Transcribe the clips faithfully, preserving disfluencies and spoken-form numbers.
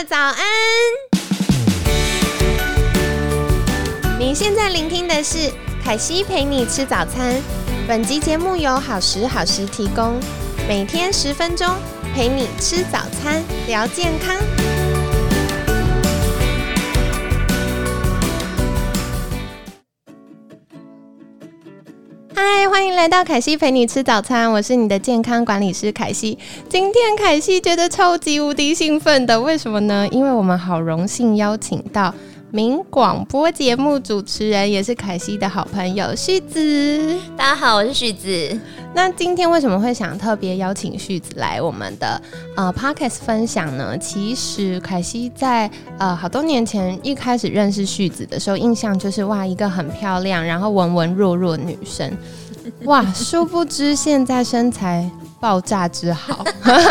家早安！你现在聆听的是凯西陪你吃早餐。本集节目由好时好时提供，每天十分钟陪你吃早餐，聊健康。嗨，欢迎来到凯西陪你吃早餐，我是你的健康管理师凯西。今天凯西觉得超级无敌兴奋的，为什么呢？因为我们好荣幸邀请到名广播节目主持人，也是凯西的好朋友旭子。 大家好，我是旭子。 那今天为什么会想特别邀请旭子来我们的呃 Podcast 分享呢？其实凯西在呃好多年前一开始认识旭子的时候，印象就是哇，一个很漂亮，然后文文弱弱的女生。哇，殊不知现在身材爆炸之好。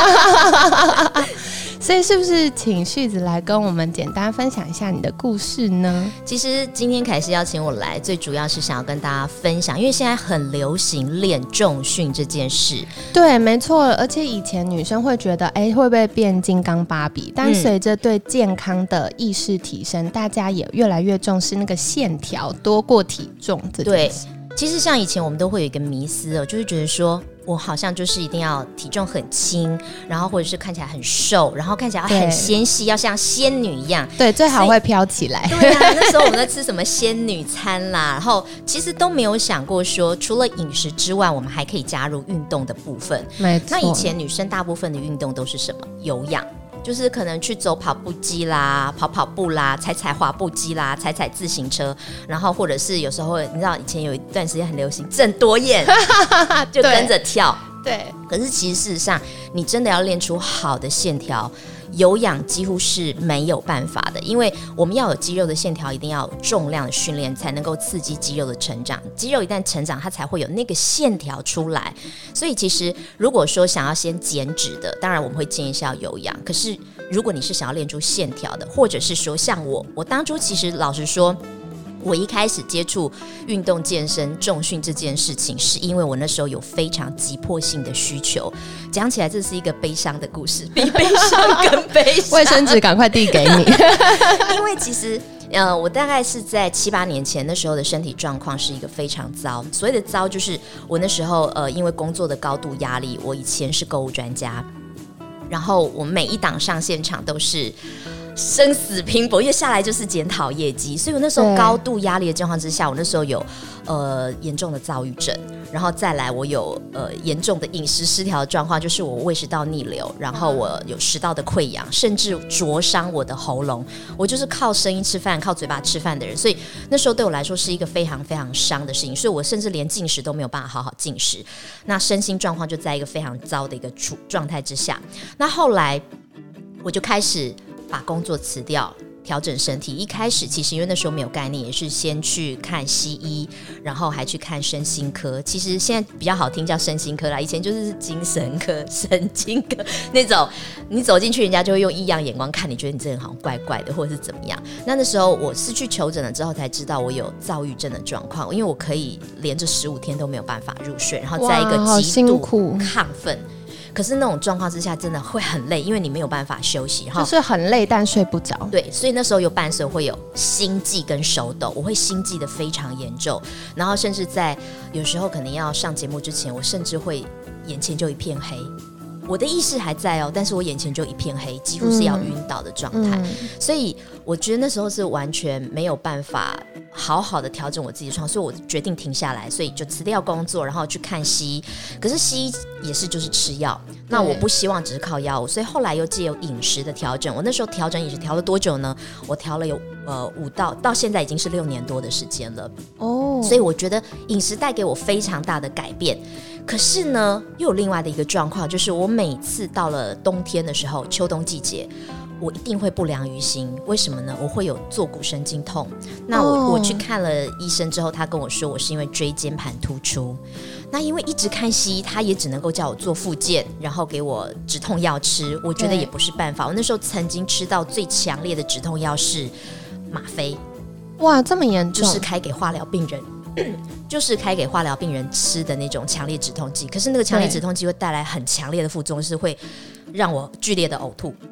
所以是不是请旭子来跟我们简单分享一下你的故事呢？ 其实今天凯西邀请我来，最主要是想要跟大家分享，因为现在很流行练重训这件事。 对，没错，而且以前女生会觉得，哎，会不会变金刚芭比？但随着对健康的意识提升，嗯、大家也越来越重视那个线条多过体重这件事。 对。其实像以前我们都会有一个迷思哦，就是觉得说我好像就是一定要体重很轻，然后或者是看起来很瘦，然后看起来很纤细，要像仙女一样。 对，最好会飘起来。 对啊，那时候我们在吃什么仙女餐啦，然后其实都没有想过说，除了饮食之外，我们还可以加入运动的部分。 没错。 那以前女生大部分的运动都是什么？有氧。就是可能去走跑步机啦，跑跑步啦，踩踩滑步机啦，踩踩自行车，然后或者是有时候你知道以前有一段时间很流行郑多燕，就跟着跳。 对， 可是其实事实上，你真的要练出好的线条，有氧几乎是没有办法的，因为我们要有肌肉的线条，一定要有重量的训练，才能够刺激肌肉的成长。肌肉一旦成长，它才会有那个线条出来。所以其实如果说想要先减脂的，当然我们会建议是要有氧。可是如果你是想要练出线条的，或者是说像我，我当初其实老实说，我一开始接触运动健身重训这件事情，是因为我那时候有非常急迫性的需求。讲起来这是一个悲伤的故事，比悲伤更悲伤。 卫生纸赶快递给你。 因为其实呃，我大概是在七八年前，那时候的身体状况是一个非常糟。所谓的糟，就是我那时候呃，因为工作的高度压力，我以前是购物专家，然后我每一档上现场都是生死拼搏，因为下来就是检讨业绩，所以我那时候高度压力的状况之下，我那时候有呃严重的躁郁症，然后再来我有呃严重的饮食失调的状况，就是我胃食道逆流，然后我有食道的溃疡，甚至灼伤我的喉咙。我就是靠声音吃饭，靠嘴巴吃饭的人，所以那时候对我来说是一个非常非常伤的事情，所以我甚至连进食都没有办法好好进食，那身心状况就在一个非常糟的一个状态之下。那后来我就开始把工作辞掉，调整身体。一开始其实因为那时候没有概念，也是先去看西医，然后还去看身心科。其实现在比较好听叫身心科啦，以前就是精神科、神经科那种，你走进去人家就会用异样眼光看你，觉得你这人好像怪怪的或者是怎么样。那那时候我是去求诊了之后才知道我有躁郁症的状况，因为我可以连着十五天都没有办法入睡，然后在一个极度亢奋。可是那种状况之下真的会很累，因为你没有办法休息， 就是很累但睡不着。 对，所以那时候有伴随会有心悸跟手抖，我会心悸的非常严重，然后甚至在有时候可能要上节目之前，我甚至会眼前就一片黑。我的意识还在哦，但是我眼前就一片黑，几乎是要晕倒的状态、嗯嗯、所以我觉得那时候是完全没有办法好好的调整我自己的状况，所以我决定停下来，所以就辞掉工作，然后去看西医。可是西医也是就是吃药，那我不希望只是靠药物，所以后来又藉由饮食的调整。我那时候调整饮食调了多久呢？我调了有呃五到到现在已经是六年多的时间了哦，所以我觉得饮食带给我非常大的改变。可是呢，又有另外的一个状况，就是我每次到了冬天的时候，秋冬季节，我一定会不良于心。为什么呢？我会有坐骨神经痛。那我、oh. 我去看了医生之后，他跟我说我是因为椎间盘突出。那因为一直看西医，他也只能够叫我做复健，然后给我止痛药吃。我觉得也不是办法。我那时候曾经吃到最强烈的止痛药是吗啡。 哇，这么严重？ 就是开给化疗病人。就是开给化疗病人吃的那种强烈止痛剂，可是那个强烈止痛剂会带来很强烈的副作用，是会让我剧烈的呕吐，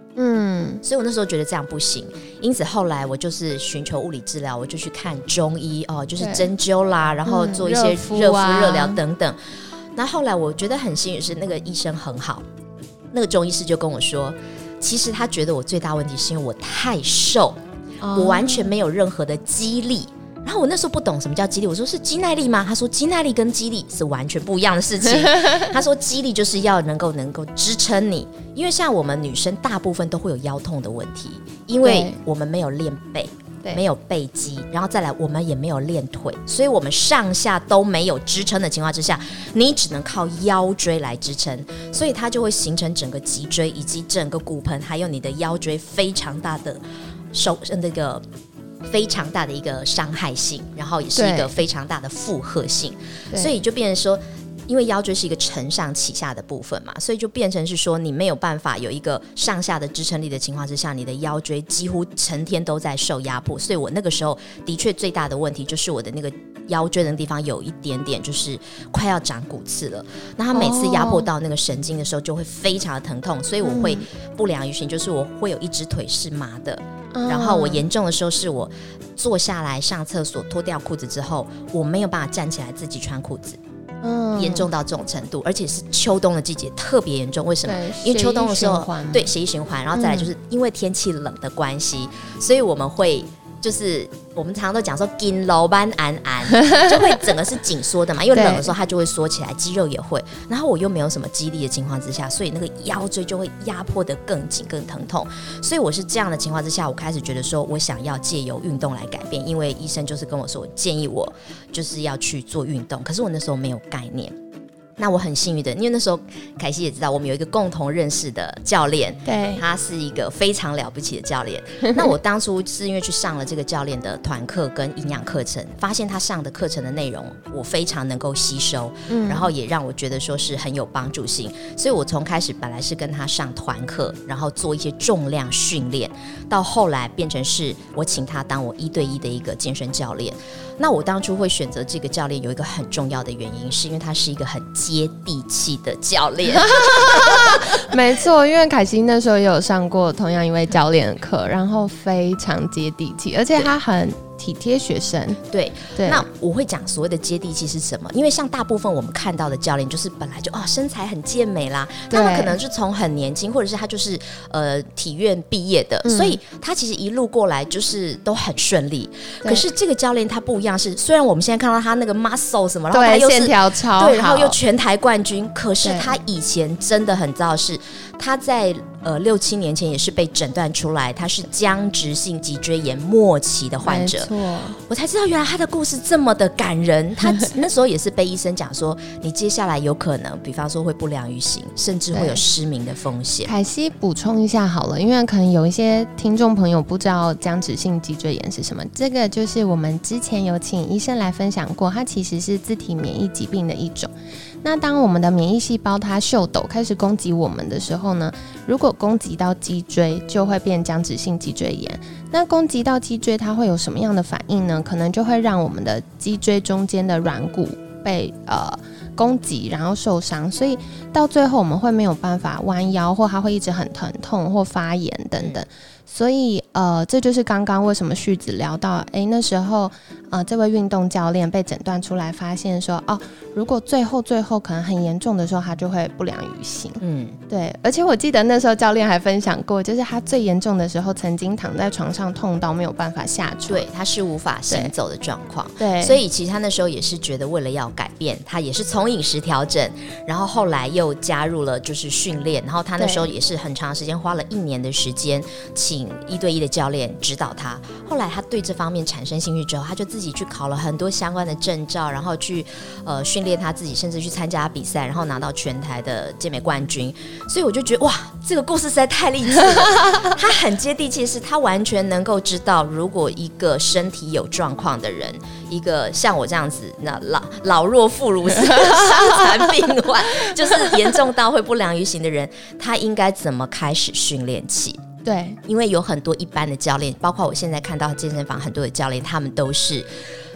嗯，所以我那时候觉得这样不行，因此后来我就是寻求物理治疗，我就去看中医哦，就是针灸啦，然后做一些热敷热疗等等。那、嗯啊、后来我觉得很幸运是那个医生很好，那个中医师就跟我说，其实他觉得我最大问题是因为我太瘦，哦、我完全没有任何的肌力。然后我那时候不懂什么叫肌力，我说是肌耐力吗？他说肌耐力跟肌力是完全不一样的事情。他说肌力就是要能够能够支撑你，因为像我们女生大部分都会有腰痛的问题，因为我们没有练背，没有背肌，然后再来我们也没有练腿，所以我们上下都没有支撑的情况之下，你只能靠腰椎来支撑，所以它就会形成整个脊椎以及整个骨盆还有你的腰椎非常大的手那个非常大的一个伤害性，然后也是一个非常大的负荷性，所以就变成说，因为腰椎是一个承上启下的部分嘛，所以就变成是说你没有办法有一个上下的支撑力的情况之下，你的腰椎几乎成天都在受压迫。所以我那个时候的确最大的问题就是我的那个腰椎的地方有一点点就是快要长骨刺了，那它每次压迫到那个神经的时候就会非常的疼痛，所以我会不良于行，就是我会有一只腿是麻的，然后我严重的时候是我坐下来上厕所脱掉裤子之后，我没有办法站起来自己穿裤子，嗯，严重到这种程度，而且是秋冬的季节特别严重。为什么？因为秋冬的时候，对，血液循环，然后再来就是因为天气冷的关系，嗯、所以我们会就是我们常常都讲说筋老板安安，就会整个是紧缩的嘛，因为冷的时候它就会缩起来，肌肉也会。然后我又没有什么肌力的情况之下，所以那个腰椎就会压迫得更紧、更疼痛。所以我是这样的情况之下，我开始觉得说我想要借由运动来改变，因为医生就是跟我说，建议我就是要去做运动。可是我那时候没有概念。那我很幸运的，因为那时候凯西也知道我们有一个共同认识的教练，对，他是一个非常了不起的教练。那我当初是因为去上了这个教练的团课跟营养课程，发现他上的课程的内容我非常能够吸收、嗯、然后也让我觉得说是很有帮助性，所以我从开始本来是跟他上团课，然后做一些重量训练，到后来变成是我请他当我一对一的一个健身教练。那我当初会选择这个教练有一个很重要的原因，是因为他是一个很接地气的教练。 没错，因为凯西那时候也有上过同样一位教练的课，然后非常接地气，而且他很体贴学生。 对, 对，那我会讲所谓的接地气是什么，因为像大部分我们看到的教练就是本来就、哦、身材很健美啦，他们可能是从很年轻，或者是他就是呃体院毕业的、嗯、所以他其实一路过来就是都很顺利。可是这个教练他不一样，是虽然我们现在看到他那个 muscle 什么，然后他又是线条超好， 对，然后又全台冠军，可是他以前真的很糟的是他在呃六七年前也是被诊断出来他是僵直性脊椎炎末期的患者，我才知道原来他的故事这么的感人。他那时候也是被医生讲说你接下来有可能比方说会不良于行，甚至会有失明的风险。 凯西补充一下好了，因为可能有一些听众朋友不知道僵直性脊椎炎是什么，这个就是我们之前有请医生来分享过，它其实是自体免疫疾病的一种。那当我们的免疫细胞它秀逗开始攻击我们的时候呢，如果攻击到脊椎就会变僵直性脊椎炎。那攻击到脊椎它会有什么样的反应呢？可能就会让我们的脊椎中间的软骨被呃攻击，然后受伤，所以到最后我们会没有办法弯腰，或它会一直很疼痛或发炎等等。所以呃，这就是刚刚为什么旭子聊到，哎，那时候呃，这位运动教练被诊断出来，发现说，哦，如果最后最后可能很严重的时候，他就会不良于行。嗯，对。而且我记得那时候教练还分享过，就是他最严重的时候，曾经躺在床上痛到没有办法下床， 对，他是无法行走的状况。 对， 所以其实他那时候也是觉得为了要改变，他也是从饮食调整，然后后来又加入了就是训练，然后他那时候也是很长时间，花了一年的时间，请一对一的教练指导他。后来他对这方面产生兴趣之后，他就自己去考了很多相关的证照，然后去呃训练他自己，甚至去参加比赛，然后拿到全台的健美冠军。所以我就觉得哇，这个故事实在太励志了。他很接地气，是他完全能够知道，如果一个身体有状况的人，一个像我这样子那 老, 老弱妇孺伤残病患，就是严重到会不良于行的人，他应该怎么开始训练起？ 对， 因为有很多一般的教练，包括我现在看到健身房很多的教练，他们都是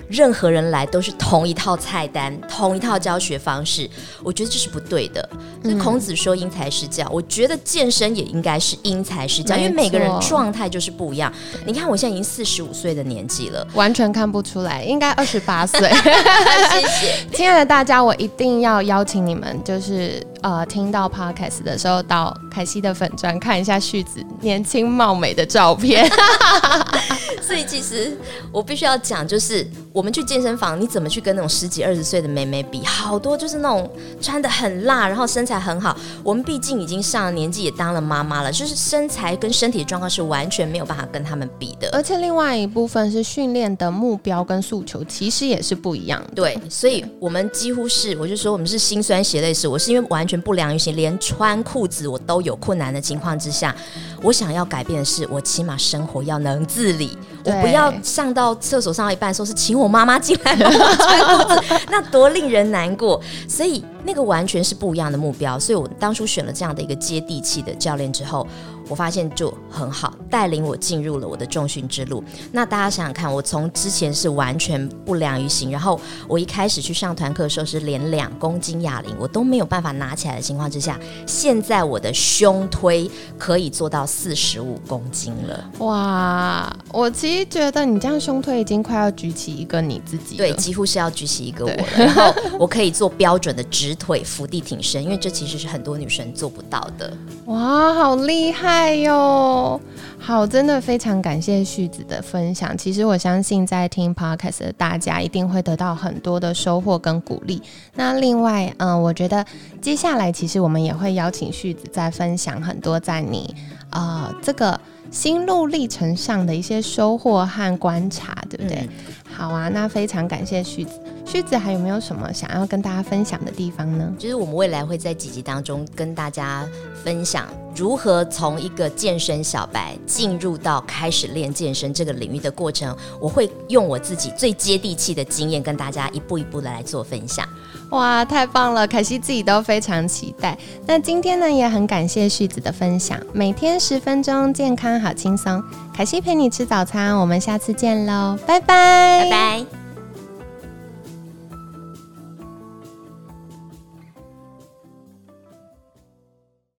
任何人来都是同一套菜单，同一套教学方式，我觉得这是不对的。所以孔子说因材施教，我觉得健身也应该是因材施教，因为每个人状态就是不一样。你看我现在已经四十五岁的年纪了， 完全看不出来，应该二十八岁。 谢谢， 亲爱的大家，我一定要邀请你们，就是呃，听到 podcast 的时候，到凯西的粉专看一下旭子年轻貌美的照片。 所以其实我必须要讲，就是我们去健身房，你怎么去跟那种十几二十岁的妹妹比？好多就是那种穿得很辣，然后身材很好。我们毕竟已经上了年纪，也当了妈妈了，就是身材跟身体的状况是完全没有办法跟他们比的。 而且另外一部分是训练的目标跟诉求，其实也是不一样的。 对，所以我们几乎是，我就说我们是心酸血泪史。我是因为完全不良于行，连穿裤子我都有困难的情况之下，我想要改变的是，我起码生活要能自理。我不要上到厕所上到一半说是请我妈妈进来帮我穿裤子，那多令人难过。所以那个完全是不一样的目标。所以我当初选了这样的一个接地气的教练之后，我发现就很好，带领我进入了我的重训之路。那大家想想看，我从之前是完全不良于行，然后我一开始去上团课的时候是连两公斤哑铃我都没有办法拿起来的情况之下，现在我的胸推可以做到四十五公斤了。 哇，我其实觉得你这样胸推已经快要举起一个你自己了。 对，几乎是要举起一个我了。然后我可以做标准的直腿伏地挺身，因为这其实是很多女生做不到的。 哇，好厉害哟！好，真的非常感谢旭子的分享。其实我相信在听 podcast 的大家一定会得到很多的收获跟鼓励。那另外，嗯、呃，我觉得接下来其实我们也会邀请旭子再分享很多在你呃这个心路历程上的一些收获和观察，对不对？嗯、好啊，那非常感谢旭子。旭子还有没有什么想要跟大家分享的地方呢？ 就是我们未来会在几集当中跟大家分享如何从一个健身小白进入到开始练健身这个领域的过程，我会用我自己最接地气的经验跟大家一步一步的来做分享。 哇，太棒了，凯西自己都非常期待。那今天呢，也很感谢旭子的分享，每天十分钟，健康好轻松。凯西陪你吃早餐，我们下次见喽，拜拜， 拜拜。